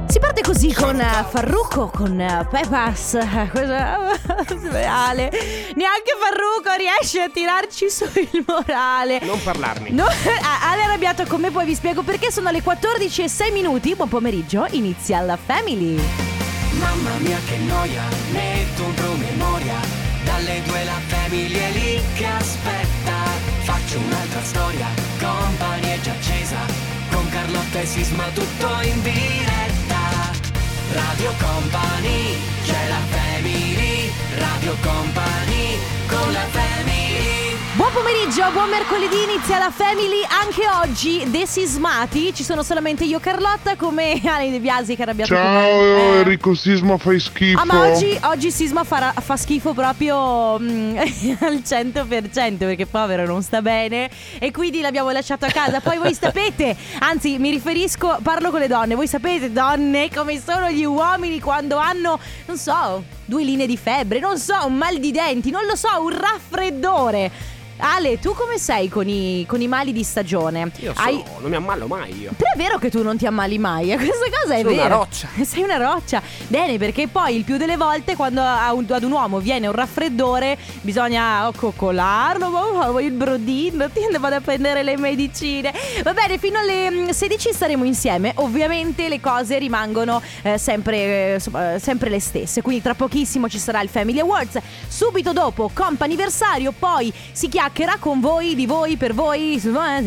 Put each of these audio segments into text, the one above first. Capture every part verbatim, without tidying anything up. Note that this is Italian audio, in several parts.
Si parte così con uh, Farruko, con uh, Pepas. Ale. Neanche Farruko riesce a tirarci su il morale. Non parlarmi. No, Ale è arrabbiato con me, poi vi spiego perché. Sono le quattordici e sei minuti. Buon pomeriggio, inizia la Family. Mamma mia che noia, metto un promemoria. Dalle due la Family è lì che aspetta. Faccio un'altra storia, Company è già accesa. Con Carlotta e Sisma tutto in diretta. Radio Company, c'è la Family. Radio Company, con la Family. Buon pomeriggio, buon mercoledì, inizia la Family. Anche oggi desismati, ci sono solamente io e Carlotta, come Ale De Biasi che è arrabbiato. Ciao eh. Enrico Sisma, fai schifo. Ah, ma oggi, oggi Sisma farà, fa schifo proprio mm, al cento per cento, perché povero non sta bene e quindi l'abbiamo lasciato a casa. Poi voi sapete, anzi mi riferisco, parlo con le donne. Voi sapete, donne, come sono gli uomini quando hanno, non so, due linee di febbre, non so, un mal di denti, non lo so, un raffreddore. Ale, tu come sei con i, con i mali di stagione? Io so, Hai... non mi ammalo mai io. Però è vero che tu non ti ammali mai, questa cosa è Sono vera. una roccia. Sei una roccia. Bene, perché poi il più delle volte quando a un, ad un uomo viene un raffreddore bisogna coccolarlo, il brodino, ti vado a prendere le medicine. Va bene, fino alle sedici staremo insieme. Ovviamente le cose rimangono eh, sempre, eh, sempre le stesse. Quindi tra pochissimo ci sarà il Family Awards. Subito dopo comp'anniversario, poi si chiacchiera con voi, di voi, per voi.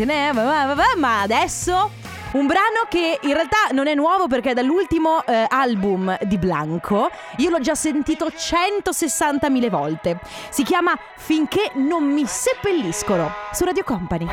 Ma adesso un brano che in realtà non è nuovo perché è dall'ultimo eh, album di Blanco. Io l'ho già sentito centosessantamila volte. Si chiama Finché non mi seppelliscono su Radio Company.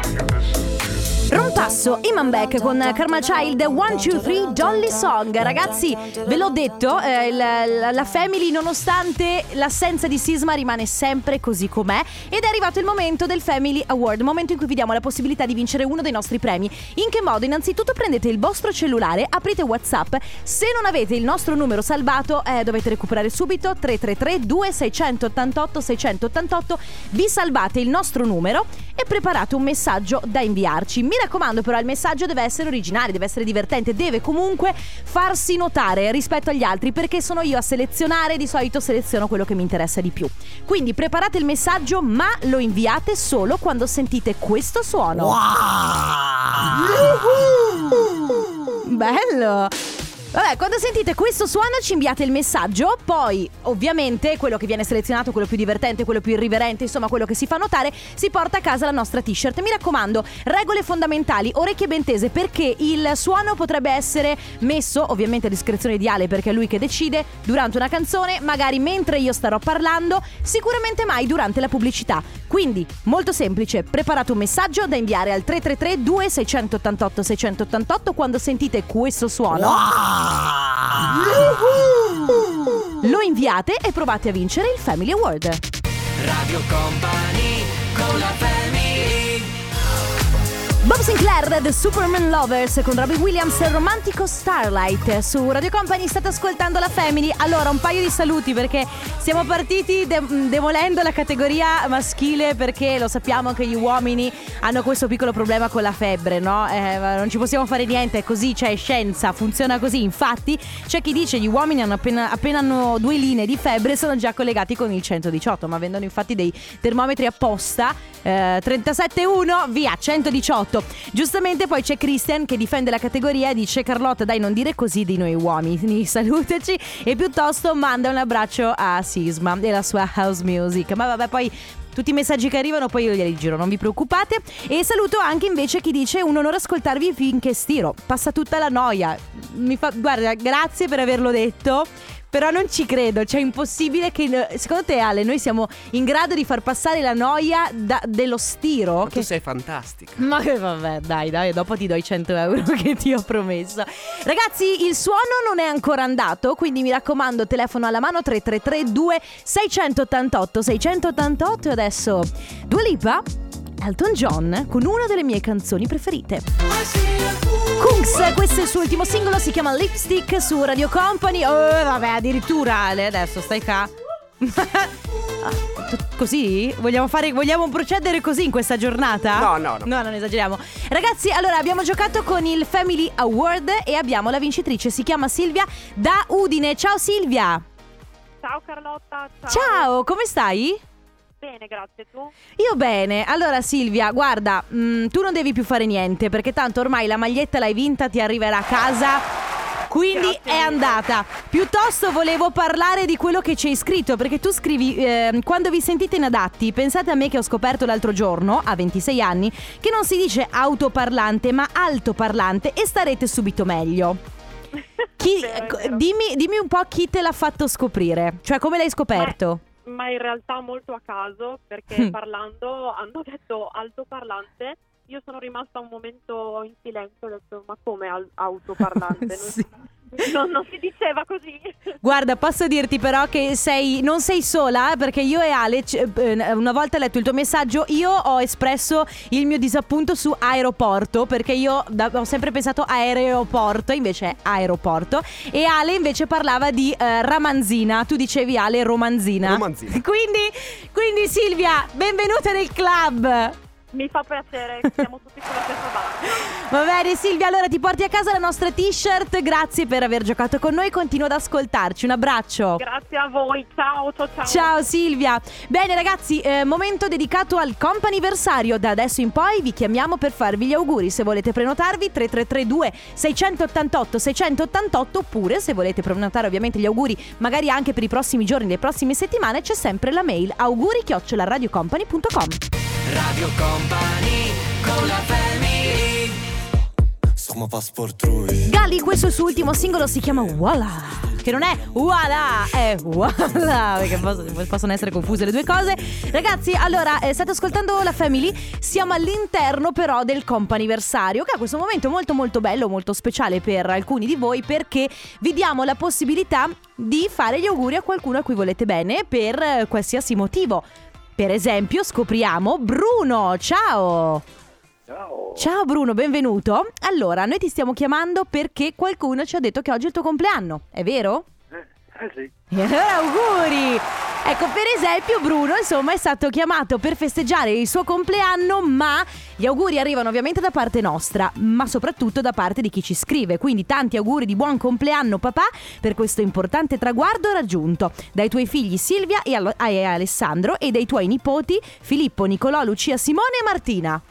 Rompasso, Iman Beck con Karma Child, one two three Jolly Song. Ragazzi, ve l'ho detto, eh, la, la, la Family, nonostante l'assenza di Sisma, rimane sempre così com'è. Ed è arrivato il momento del Family Award, momento in cui vi diamo la possibilità di vincere uno dei nostri premi. In che modo? Innanzitutto prendete il vostro cellulare, aprite WhatsApp. Se non avete il nostro numero salvato, eh, dovete recuperare subito tre tre tre due sei otto otto sei otto otto. Vi salvate il nostro numero e preparate un messaggio da inviarci. Mi raccomando, però il messaggio deve essere originale, deve essere divertente, deve comunque farsi notare rispetto agli altri, perché sono io a selezionare, di solito seleziono quello che mi interessa di più. Quindi preparate il messaggio, ma lo inviate solo quando sentite questo suono. Wow! Bello! Vabbè, quando sentite questo suono ci inviate il messaggio. Poi ovviamente quello che viene selezionato, quello più divertente, quello più irriverente, insomma quello che si fa notare, si porta a casa la nostra t-shirt. Mi raccomando, regole fondamentali, orecchie ben tese, perché il suono potrebbe essere messo, ovviamente a discrezione di Ale, perché è lui che decide, durante una canzone, magari mentre io starò parlando, sicuramente mai durante la pubblicità. Quindi, molto semplice, preparate un messaggio da inviare al tre tre tre due sei otto otto sei otto otto quando sentite questo suono. Wow! Lo inviate e provate a vincere il Family Award. Radio Company, con la Family. Bob Sinclair, The Superman Lovers con Robbie Williams, romantico Starlight. Su Radio Company state ascoltando la Family. Allora, un paio di saluti, perché siamo partiti de- demolendo la categoria maschile, perché lo sappiamo che gli uomini hanno questo piccolo problema con la febbre, no? Eh, non ci possiamo fare niente, è così, c'è scienza, funziona così. Infatti c'è chi dice gli uomini hanno appena, appena hanno due linee di febbre sono già collegati con il centodiciotto, ma vendono infatti dei termometri apposta, eh, trentasette uno via centodiciotto. Giustamente poi c'è Christian che difende la categoria e dice: Carlotta, dai, non dire così di noi uomini, salutaci, e piuttosto manda un abbraccio a Sisma e la sua house music. Ma vabbè, poi tutti i messaggi che arrivano poi io glieli giro, non vi preoccupate. E saluto anche invece chi dice: un onore ascoltarvi finché stiro, passa tutta la noia. Mi fa, guarda, grazie per averlo detto, però non ci credo, cioè è impossibile che... Secondo te, Ale, noi siamo in grado di far passare la noia da, dello stiro? Ma che... tu sei fantastica. Ma che vabbè, dai, dai, dopo ti do i cento euro che ti ho promesso. Ragazzi, il suono non è ancora andato, quindi mi raccomando, telefono alla mano tre tre tre due sei otto otto sei otto otto. E adesso Dua Lipa, Elton John con una delle mie canzoni preferite. Kungs, questo è il suo ultimo singolo, si chiama Lipstick su Radio Company. Oh, vabbè, addirittura Ale, adesso stai qua. Tut- così? Vogliamo fare vogliamo procedere così in questa giornata? No, no, no. No, non esageriamo. Ragazzi, allora abbiamo giocato con il Family Award e abbiamo la vincitrice, si chiama Silvia da Udine. Ciao Silvia. Ciao Carlotta. Ciao. Ciao, come stai? Bene, grazie, tu? Io bene. Allora Silvia, guarda, mh, tu non devi più fare niente perché tanto ormai la maglietta l'hai vinta, ti arriverà a casa. Quindi Grazie è mille. andata. Piuttosto volevo parlare di quello che ci hai scritto, perché tu scrivi eh, quando vi sentite inadatti, pensate a me che ho scoperto l'altro giorno, a ventisei anni, che non si dice autoparlante ma altoparlante e starete subito meglio. Chi, Vero, è co- vero. dimmi, dimmi un po' chi te l'ha fatto scoprire, cioè come l'hai scoperto? Ma in realtà molto a caso, perché Mm. parlando hanno detto altoparlante. Io sono rimasta un momento in silenzio e ho detto ma come al- autoparlante? Non, Sì. non, non si diceva così. Guarda, posso dirti però che sei non sei sola, eh, perché io e Ale c- eh, una volta letto il tuo messaggio io ho espresso il mio disappunto su aeroporto, perché io da- ho sempre pensato aeroporto, invece è aeroporto, e Ale invece parlava di eh, ramanzina, tu dicevi Ale romanzina. Romanzina. Quindi, quindi Silvia, benvenuta nel club. Mi fa piacere, siamo tutti sulla stessa barca. Va bene Silvia, allora ti porti a casa la nostra t-shirt. Grazie per aver giocato con noi, continua ad ascoltarci. Un abbraccio. Grazie a voi, ciao, ciao, ciao. Ciao Silvia. Bene ragazzi, eh, momento dedicato al comp'anniversario. Da adesso in poi vi chiamiamo per farvi gli auguri. Se volete prenotarvi tre tre tre due sei otto otto sei otto otto, oppure se volete prenotare ovviamente gli auguri magari anche per i prossimi giorni, le prossime settimane, c'è sempre la mail auguri chiocciola radiocompany punto com. Radio Company con la family. Somma passportrui. Galli, questo è il suo ultimo singolo, si chiama Voila, che non è Voila, è Voila, perché posso- possono essere confuse le due cose. Ragazzi, allora, eh, state ascoltando la Family. Siamo all'interno però del comp'anniversario, che è questo momento molto molto bello, molto speciale per alcuni di voi, perché vi diamo la possibilità di fare gli auguri a qualcuno a cui volete bene per eh, qualsiasi motivo. Per esempio scopriamo Bruno. Ciao. Ciao. Ciao Bruno, benvenuto. Allora, noi ti stiamo chiamando perché qualcuno ci ha detto che oggi è il tuo compleanno, è vero? Eh, eh sì. E allora auguri! Ecco, per esempio Bruno, insomma, è stato chiamato per festeggiare il suo compleanno, ma gli auguri arrivano ovviamente da parte nostra, ma soprattutto da parte di chi ci scrive. Quindi tanti auguri di buon compleanno papà per questo importante traguardo raggiunto dai tuoi figli Silvia e, Al- e Alessandro e dai tuoi nipoti Filippo, Nicolò, Lucia, Simone e Martina.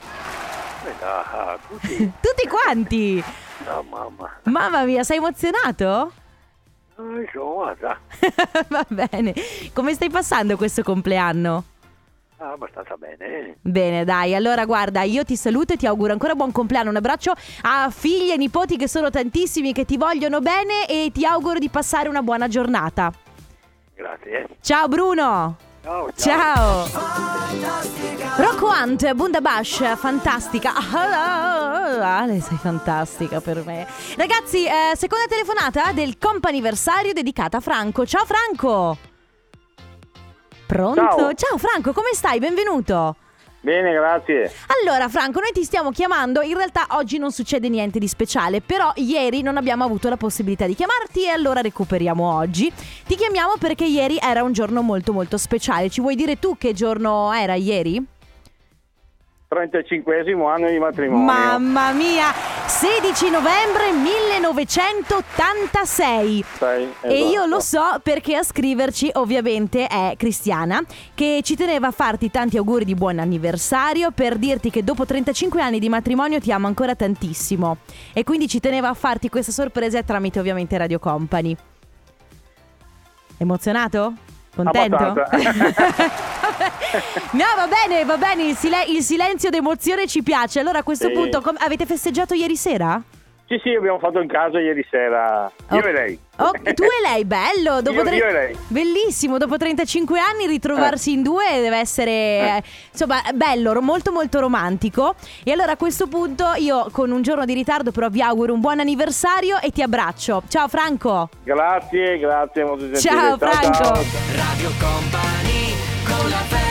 Ah, così. Tutti quanti! No, mamma. Mamma mia, sei emozionato? Non so, guarda. Va bene. Come stai passando questo compleanno? Ah, abbastanza bene. Bene, dai, allora guarda, io ti saluto e ti auguro ancora buon compleanno. Un abbraccio a figli e nipoti che sono tantissimi, che ti vogliono bene, e ti auguro di passare una buona giornata. Grazie. Ciao Bruno. Ciao, ciao. Ciao. Rocco Hunt, Bundabash, fantastica. Ah, Ale, sei fantastica per me. Ragazzi, eh, seconda telefonata del comp'anniversario dedicata a Franco. Ciao Franco. Pronto? Ciao. Ciao Franco, come stai? Benvenuto. Bene, grazie. Allora Franco, noi ti stiamo chiamando. In realtà oggi non succede niente di speciale, però ieri non abbiamo avuto la possibilità di chiamarti e allora recuperiamo oggi. Ti chiamiamo perché ieri era un giorno molto molto speciale. Ci vuoi dire tu che giorno era ieri? trentacinquesimo anno di matrimonio. Mamma mia, sedici novembre millenovecentottantasei. Sai, E esatto. io lo so perché a scriverci ovviamente è Cristiana, che ci teneva a farti tanti auguri di buon anniversario, per dirti che dopo trentacinque anni di matrimonio ti amo ancora tantissimo, e quindi ci teneva a farti questa sorpresa tramite ovviamente Radio Company. Emozionato? Contento? Abbastanza. No, va bene, va bene, il, sile- il silenzio d'emozione ci piace. Allora a questo Sì. punto com- avete festeggiato ieri sera? Sì, sì, abbiamo fatto in casa ieri sera. Io Oh. e lei. Oh, tu e lei, bello. Dopo Io- tre- io e lei. Bellissimo, dopo trentacinque anni ritrovarsi in due deve essere eh, insomma bello, ro- molto molto romantico. E allora a questo punto io, con un giorno di ritardo, però vi auguro un buon anniversario e ti abbraccio. Ciao Franco. Grazie, grazie, molto gentile. Ciao, Franco. ciao. Radio Company con la family.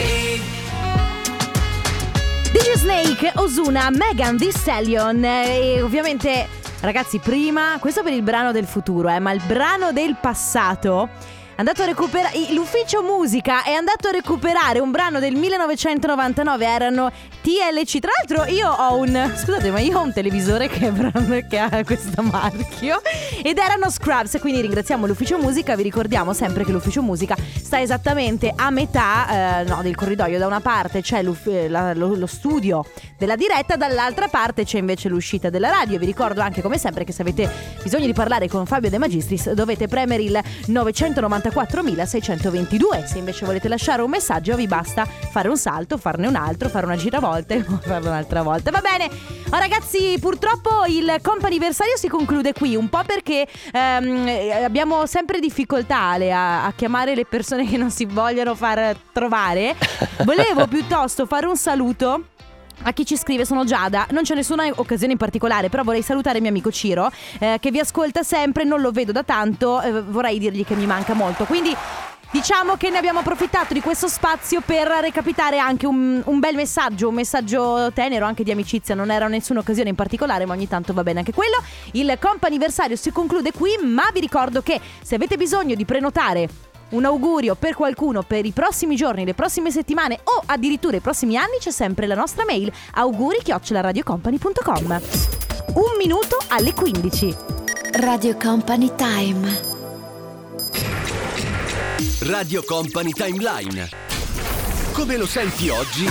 D J Snake, Ozuna, Megan Thee Stallion. eh, E ovviamente, ragazzi, prima, questo per il brano del futuro, eh, ma il brano del passato. andato a recuperare l'ufficio musica è andato a recuperare un brano del millenovecentonovantanove, erano T L C. Tra l'altro io ho un scusate ma io ho un televisore che, è, che ha questo marchio ed erano Scrubs, quindi ringraziamo l'ufficio musica. Vi ricordiamo sempre che l'ufficio musica sta esattamente a metà eh, no, del corridoio. Da una parte c'è la, lo, lo studio della diretta, dall'altra parte c'è invece l'uscita della radio. Vi ricordo anche come sempre che se avete bisogno di parlare con Fabio De Magistris dovete premere il novecentonovantaquattromilaseicentoventidue. Se invece volete lasciare un messaggio vi basta fare un salto, farne un altro, fare una giravolte o farlo un'altra volta. Va bene, oh, ragazzi, purtroppo il comp'anniversario si conclude qui, un po' perché ehm, abbiamo sempre difficoltà Ale, a, a chiamare le persone che non si vogliono far trovare. Volevo piuttosto fare un saluto a chi ci scrive. Sono Giada, non c'è nessuna occasione in particolare, però vorrei salutare il mio amico Ciro eh, che vi ascolta sempre, non lo vedo da tanto, eh, vorrei dirgli che mi manca molto, quindi diciamo che ne abbiamo approfittato di questo spazio per recapitare anche un, un bel messaggio, un messaggio tenero anche di amicizia. Non era nessuna occasione in particolare, ma ogni tanto va bene anche quello. Il comp'anniversario si conclude qui, ma vi ricordo che se avete bisogno di prenotare un augurio per qualcuno per i prossimi giorni, le prossime settimane o addirittura i prossimi anni, c'è sempre la nostra mail auguri chiocciola radiocompany punto com. Un minuto alle quindici. Radio Company Time. Radio Company Timeline. Come lo senti oggi?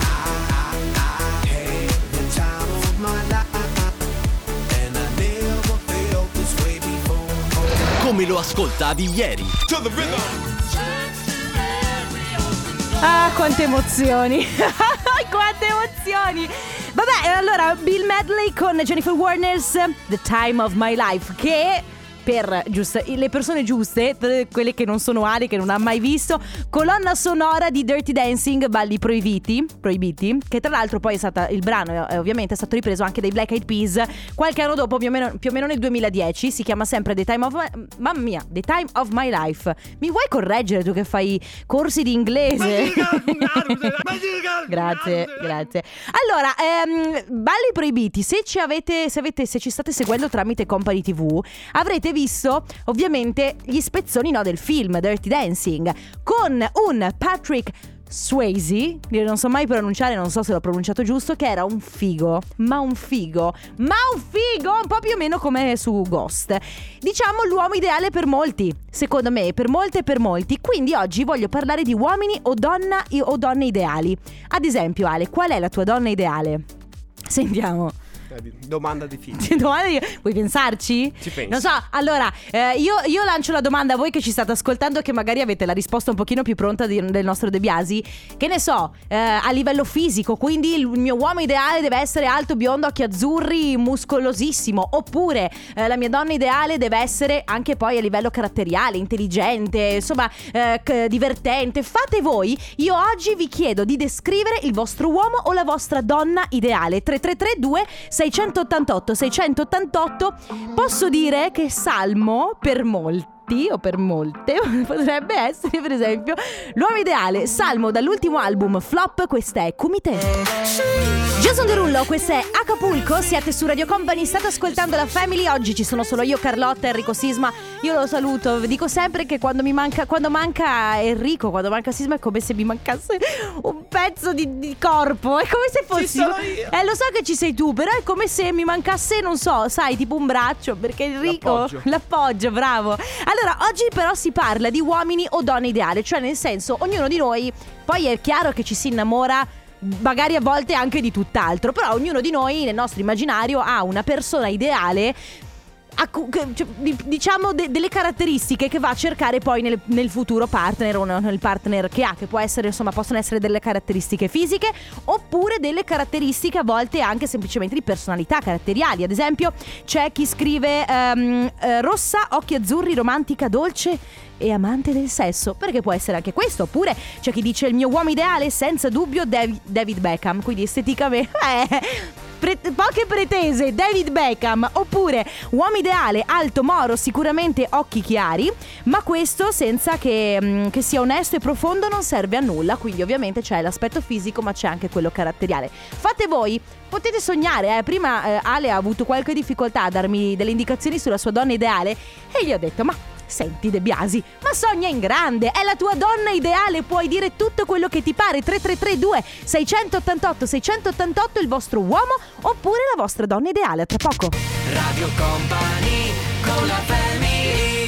Come lo ascoltavi ieri? Ah, quante emozioni. Quante emozioni. Vabbè, allora Bill Medley con Jennifer Warner's The Time of My Life, che per giusto, le persone giuste, quelle che non sono Ali, che non ha mai visto, colonna sonora di Dirty Dancing, balli proibiti, proibiti, che tra l'altro poi è stata, il brano è, ovviamente è stato ripreso anche dai Black Eyed Peas qualche anno dopo, più o meno, più o meno nel duemiladieci. Si chiama sempre The Time of My, mamma mia, The Time of My Life. Mi vuoi correggere tu che fai corsi di inglese? Grazie, grazie. Allora, ehm, balli proibiti, se ci avete, se avete, se ci state seguendo tramite Company tivù, avrete visto ovviamente gli spezzoni no, del film Dirty Dancing con un Patrick Swayze, non so mai pronunciare, non so se l'ho pronunciato giusto, che era un figo, ma un figo, ma un figo, un po' più o meno come su Ghost. Diciamo l'uomo ideale per molti, secondo me, per molte e per molti. Quindi oggi voglio parlare di uomini o donna o donne ideali. Ad esempio, Ale, qual è la tua donna ideale? Sentiamo. Domanda difficile. Domanda di... Vuoi pensarci? Ci penso. Non so, allora eh, io, io lancio la domanda a voi che ci state ascoltando, che magari avete la risposta un pochino più pronta di, del nostro De Biasi. Che ne so, eh, a livello fisico, quindi il mio uomo ideale deve essere alto, biondo, occhi azzurri, muscolosissimo. Oppure eh, la mia donna ideale deve essere anche poi a livello caratteriale, intelligente, insomma eh, c- divertente. Fate voi. Io oggi vi chiedo di descrivere il vostro uomo o la vostra donna ideale. Tre tre tre due sei seicentottantotto seicentottantotto. Posso dire che Salmo per molti o per molte potrebbe essere per esempio l'uomo ideale. Salmo dall'ultimo album Flop, questa è Kumite. Jason Derulo, questa è Acapulco. Siete su Radio Company, state ascoltando la Family. Oggi ci sono solo io, Carlotta, Enrico Sisma. Io lo saluto, vi dico sempre che quando mi manca quando manca Enrico, quando manca Sisma è come se mi mancasse un pezzo di, di corpo. È come se fossi Ci sono io. Eh lo so che ci sei tu, però è come se mi mancasse, non so, sai, tipo un braccio, perché Enrico L'appoggio. L'appoggio, bravo. Allora, oggi però si parla di uomini o donne ideali, cioè nel senso, ognuno di noi, poi è chiaro che ci si innamora magari a volte anche di tutt'altro, però ognuno di noi nel nostro immaginario ha una persona ideale, diciamo de- delle caratteristiche che va a cercare poi nel, nel futuro partner o nel partner che ha, che può essere, insomma, possono essere delle caratteristiche fisiche oppure delle caratteristiche a volte anche semplicemente di personalità, caratteriali. Ad esempio c'è chi scrive um, eh, rossa, occhi azzurri, romantica, dolce e amante del sesso, perché può essere anche questo. Oppure c'è chi dice il mio uomo ideale senza dubbio Dav- David Beckham, quindi esteticamente eh, pre- poche pretese, David Beckham. Oppure uomo ideale alto, moro, sicuramente occhi chiari, ma questo senza che, mh, che sia onesto e profondo non serve a nulla. Quindi ovviamente c'è l'aspetto fisico ma c'è anche quello caratteriale. Fate voi, potete sognare, eh. Prima eh, Ale ha avuto qualche difficoltà a darmi delle indicazioni sulla sua donna ideale e gli ho detto ma Senti De Biasi, ma sogna in grande, è la tua donna ideale, puoi dire tutto quello che ti pare. Tre tre tre due sei otto otto sei otto otto il vostro uomo oppure la vostra donna ideale. A tra poco. Radio Company con la family.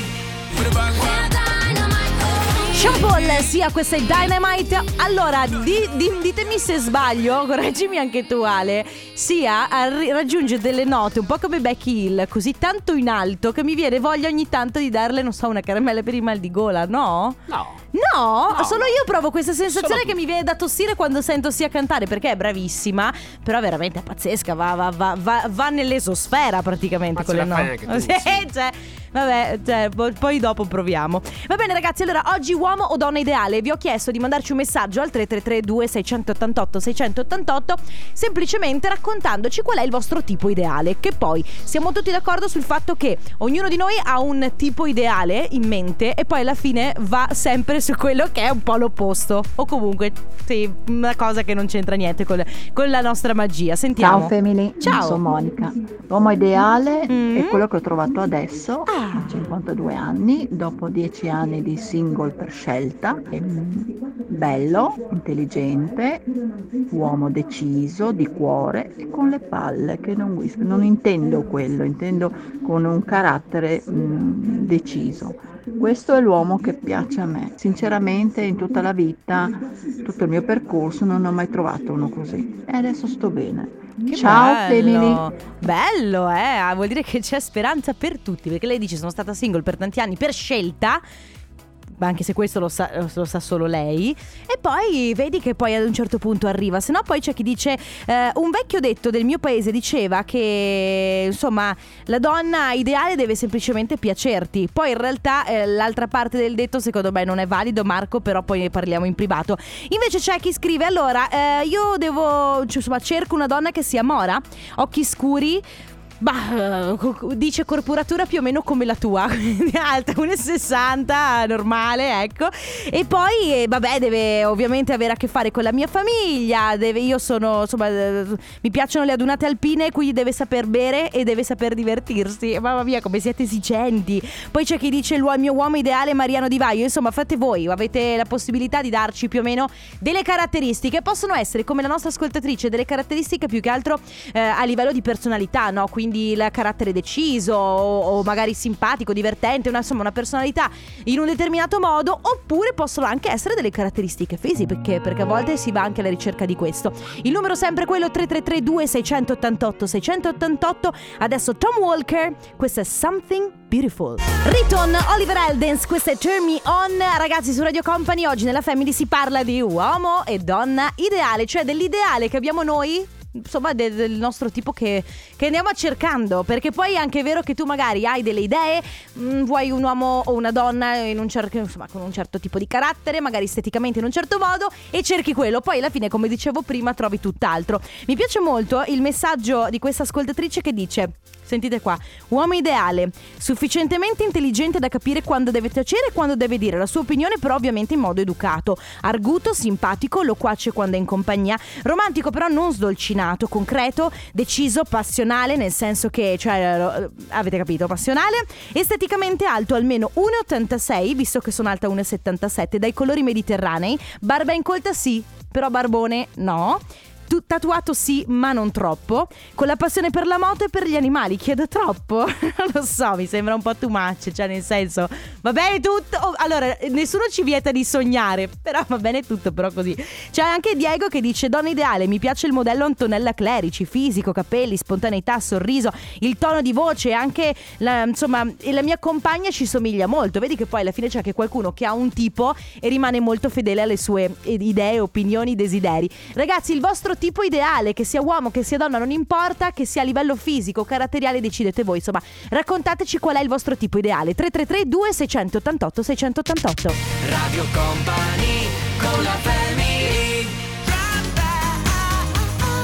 Sean Paul, sia questa è Dynamite. Allora, di, di, ditemi se sbaglio, correggimi anche tu Ale. Sia arri- raggiunge delle note un po' come Becky Hill, così tanto in alto che mi viene voglia ogni tanto di darle, non so, una caramella per il mal di gola, no? No. No, No, solo no. io provo questa sensazione Solo che mi viene da tossire quando sento sia cantare, perché è bravissima, però veramente è pazzesca, va, va, va, va, va nell'esosfera praticamente. Ma con ce le la fai note. anche tu, Sì, sì. cioè, vabbè, cioè, po- poi dopo proviamo. Va bene ragazzi, allora oggi uomo o donna ideale? Vi ho chiesto di mandarci un messaggio al tre tre tre due sei otto otto sei otto otto, semplicemente raccontandoci qual è il vostro tipo ideale. Che poi siamo tutti d'accordo sul fatto che ognuno di noi ha un tipo ideale in mente e poi alla fine va sempre su quello che è un po' l'opposto, o comunque sì, una cosa che non c'entra niente con, con la nostra magia. Sentiamo. Ciao family, Ciao. sono Monica. L'uomo ideale Mm. è quello che ho trovato adesso, Ah. a cinquantadue anni, dopo dieci anni di single per scelta. È bello, intelligente, uomo deciso, di cuore e con le palle che non whisky. Non intendo quello, intendo con un carattere mm, deciso. Questo è l'uomo che piace a me. Sinceramente in tutta la vita, tutto il mio percorso, non ho mai trovato uno così. E adesso sto bene. Che Ciao bello. family. Bello, eh, vuol dire che c'è speranza per tutti, perché lei dice sono stata single per tanti anni per scelta, ma anche se questo lo sa, lo sa solo lei. E poi vedi che poi ad un certo punto arriva. Se no poi c'è chi dice eh, un vecchio detto del mio paese diceva che insomma la donna ideale deve semplicemente piacerti. Poi in realtà eh, l'altra parte del detto secondo me non è valido, Marco, però poi ne parliamo in privato. Invece c'è chi scrive allora eh, io devo, cioè, insomma cerco una donna che sia mora, occhi scuri. Bah, dice corporatura più o meno come la tua, alta uno e sessanta, normale, ecco. E poi eh, vabbè, deve ovviamente avere a che fare con la mia famiglia, deve, io sono, insomma, eh, mi piacciono le adunate alpine, quindi deve saper bere e deve saper divertirsi. Mamma mia, come siete esigenti. Poi c'è chi dice il mio uomo ideale è Mariano Di Vaio. Insomma, fate voi, avete la possibilità di darci più o meno delle caratteristiche. Possono essere, come la nostra ascoltatrice, delle caratteristiche più che altro eh, a livello di personalità, no? Quindi Quindi il carattere deciso o, o magari simpatico, divertente, una, insomma una personalità in un determinato modo, oppure possono anche essere delle caratteristiche fisiche, perché, perché a volte si va anche alla ricerca di questo. Il numero è sempre quello tre tre tre due sei otto otto sei otto otto. Adesso Tom Walker, questo è Something Beautiful. Riton, Oliver Eldens, questo è Turn Me On. Ragazzi, su Radio Company oggi nella Family si parla di uomo e donna ideale, cioè dell'ideale che abbiamo noi, insomma del, del nostro tipo che, che andiamo cercando, perché poi è anche vero che tu magari hai delle idee, mh, vuoi un uomo o una donna in un cer- insomma, con un certo tipo di carattere, magari esteticamente in un certo modo, e cerchi quello, poi alla fine, come dicevo prima, trovi tutt'altro. Mi piace molto il messaggio di questa ascoltatrice che dice, sentite qua, uomo ideale, sufficientemente intelligente da capire quando deve tacere e quando deve dire la sua opinione, però ovviamente in modo educato, arguto, simpatico, loquace quando è in compagnia, romantico però non sdolcinato, concreto, deciso, passionale, nel senso che, cioè, avete capito, passionale, esteticamente alto, almeno uno virgola ottantasei, visto che sono alta uno virgola settantasette, dai colori mediterranei, barba incolta sì, però barbone no. Tu, tatuato sì, ma non troppo. Con la passione per la moto e per gli animali. Chiedo troppo? Non lo so, mi sembra un po' too much. Cioè, nel senso, va bene tutto. Oh, allora, nessuno ci vieta di sognare, però va bene tutto, però così. C'è anche Diego che dice, donna ideale, mi piace il modello Antonella Clerici, fisico, capelli, spontaneità, sorriso, il tono di voce, anche la, insomma, la mia compagna ci somiglia molto. Vedi che poi alla fine c'è anche qualcuno che ha un tipo e rimane molto fedele alle sue idee, opinioni, desideri. Ragazzi, il vostro tipo ideale, che sia uomo, che sia donna, non importa, che sia a livello fisico, caratteriale, decidete voi. Insomma, raccontateci qual è il vostro tipo ideale. Tre tre tre due sei otto otto sei otto otto. Radio Company con la family.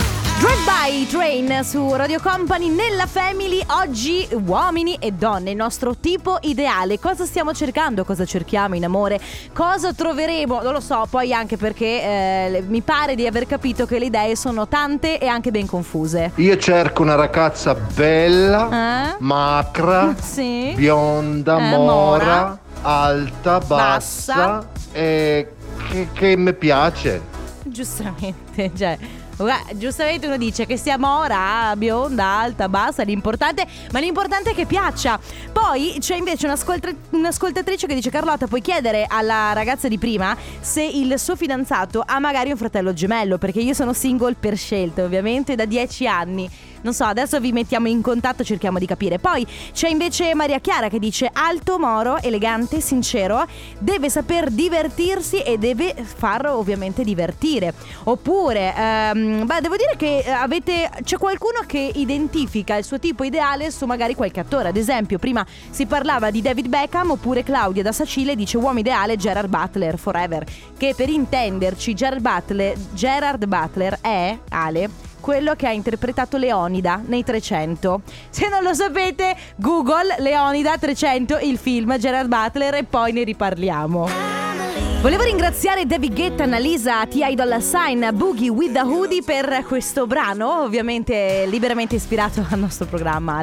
Drive-by Train su Radio Company nella Family. Oggi uomini e donne, il nostro tipo ideale. Cosa stiamo cercando? Cosa cerchiamo in amore? Cosa troveremo? Non lo so, poi anche perché eh, mi pare di aver capito che le idee sono tante e anche ben confuse. Io cerco una ragazza bella, eh? macra, sì. bionda, eh, mora, mora, alta, bassa, bassa. e che, che mi piace. Giustamente, cioè giustamente uno dice che sia mora, bionda, alta, bassa, l'importante, ma l'importante è che piaccia. Poi c'è invece un'ascolta- un'ascoltatrice che dice: Carlotta, puoi chiedere alla ragazza di prima se il suo fidanzato ha magari un fratello gemello, perché io sono single per scelta, ovviamente da dieci anni. Non so, adesso vi mettiamo in contatto, cerchiamo di capire. Poi c'è invece Maria Chiara che dice: alto, moro, elegante, sincero, deve saper divertirsi e deve farlo ovviamente divertire. Oppure ehm, beh, devo dire che avete c'è qualcuno che identifica il suo tipo ideale su magari qualche attore. Ad esempio prima si parlava di David Beckham, oppure Claudia da Sacile dice uomo ideale Gerard Butler forever. Che per intenderci Gerard Butler, Gerard Butler è, Ale, quello che ha interpretato Leonida nei trecento. Se non lo sapete, Google Leonida trecento, il film, Gerard Butler, e poi ne riparliamo. Volevo ringraziare David Guetta, Annalisa, T I Dolla Sign, Boogie with the Hoodie per questo brano, ovviamente liberamente ispirato al nostro programma.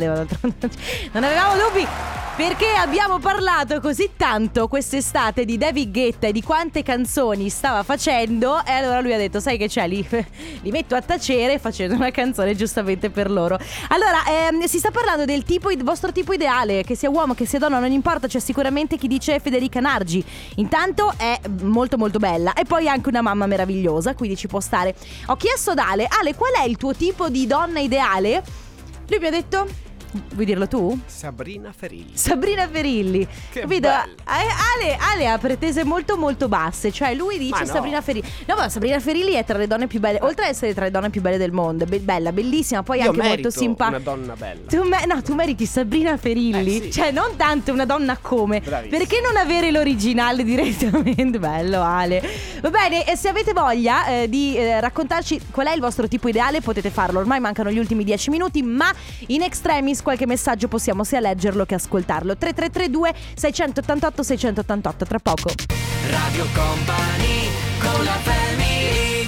Non avevamo dubbi, perché abbiamo parlato così tanto quest'estate di David Guetta e di quante canzoni stava facendo, e allora lui ha detto: sai che c'è, li, li metto a tacere facendo una canzone giustamente per loro. Allora ehm, si sta parlando del tipo, il vostro tipo ideale, che sia uomo, che sia donna, non importa. C'è sicuramente chi dice Federica Nargi, intanto è molto molto bella, e poi anche una mamma meravigliosa, quindi ci può stare. Ho chiesto ad Ale: Ale, qual è il tuo tipo di donna ideale? Lui mi ha detto: vuoi dirlo tu? Sabrina Ferilli. Sabrina Ferilli. Che capito? bella. Ale, Ale ha pretese molto molto basse. Cioè lui dice Ma no. Sabrina Ferilli. No, ma Sabrina Ferilli è tra le donne più belle, oltre ad essere tra le donne più belle del mondo. Be- bella, bellissima. Poi Io anche merito molto simpatica. una donna bella. Tu me- no, tu meriti Sabrina Ferilli. Eh, sì. Cioè non tanto una donna come. Bravissima. Perché non avere l'originale direttamente? Bello, Ale. Va bene, e se avete voglia eh, di eh, raccontarci qual è il vostro tipo ideale, potete farlo. Ormai mancano gli ultimi dieci minuti, ma in extremis qualche messaggio possiamo sia leggerlo che ascoltarlo. Tre tre tre due sei otto otto sei otto otto. Tra poco Radio Company con la family.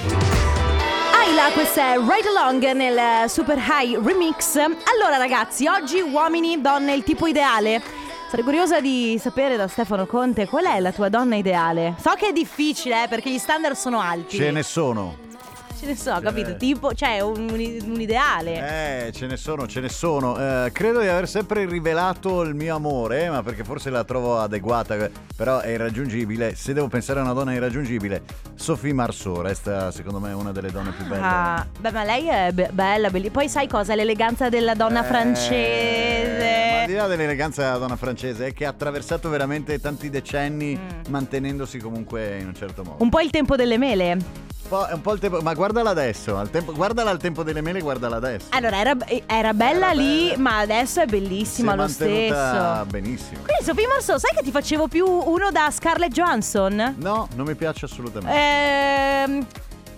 Ayla, questa è Right Along nel Super High Remix. Allora ragazzi, oggi uomini, donne, il tipo ideale. Sarei curiosa di sapere da Stefano Conte qual è la tua donna ideale. So che è difficile eh, perché gli standard sono alti. Ce ne sono. Ce ne so, capito? Tipo, cioè un, un ideale. Eh, ce ne sono, ce ne sono. Eh, credo di aver sempre rivelato il mio amore, ma perché forse la trovo adeguata, però è irraggiungibile. Se devo pensare a una donna irraggiungibile, Sophie Marceau resta secondo me una delle donne più belle. Ah, beh, ma lei è be- bella, bella. Poi sai cosa? L'eleganza della donna Eh, francese. Ma al di là dell'eleganza della donna francese, è che ha attraversato veramente tanti decenni Mm. mantenendosi comunque in un certo modo. Un po' il tempo delle mele. Un po', è un po' il tempo, ma guardala adesso, al tempo, guardala al tempo delle mele, guardala adesso. Allora, era, era bella Era lì, bella. ma adesso è bellissima Si è lo mantenuta stesso. benissimo. Quindi Sophie Marceau, sai che ti facevo più uno da Scarlett Johansson? No, non mi piace assolutamente. Ehm,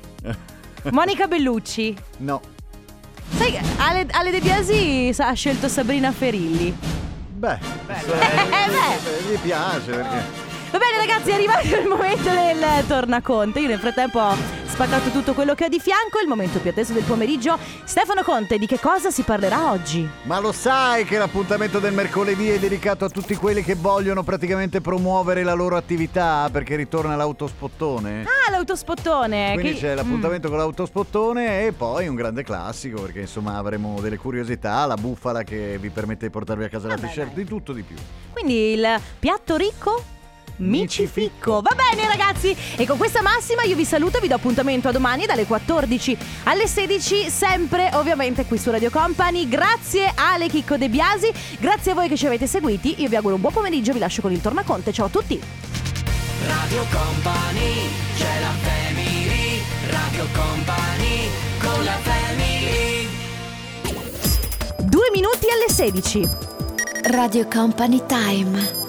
Monica Bellucci. No. Sai che Ale, Ale De Biasi ha scelto Sabrina Ferilli. Beh, Eh, beh. mi piace perché Va bene ragazzi, è arrivato il momento del tornaconte. Io nel frattempo ho spaccato tutto quello che ho di fianco. Il momento più atteso del pomeriggio. Stefano Conte, di che cosa si parlerà oggi? Ma lo sai che l'appuntamento del mercoledì è dedicato a tutti quelli che vogliono praticamente promuovere la loro attività, perché ritorna l'autospottone. Ah, l'autospottone. Quindi che... c'è l'appuntamento Mm. con l'autospottone e poi un grande classico, perché insomma avremo delle curiosità, la bufala che vi permette di portarvi a casa la Vabbè, t-shirt, dai. di tutto di più. Quindi il piatto ricco? Micificco. Va bene ragazzi, e con questa massima io vi saluto, vi do appuntamento a domani dalle quattordici alle sedici, sempre ovviamente qui su Radio Company. Grazie Ale Chicco De Biasi, grazie a voi che ci avete seguiti. Io vi auguro un buon pomeriggio, vi lascio con il tornaconte. Ciao a tutti. Radio Company, c'è la family. Radio Company con la family. Due minuti alle sedici. Radio Company Time.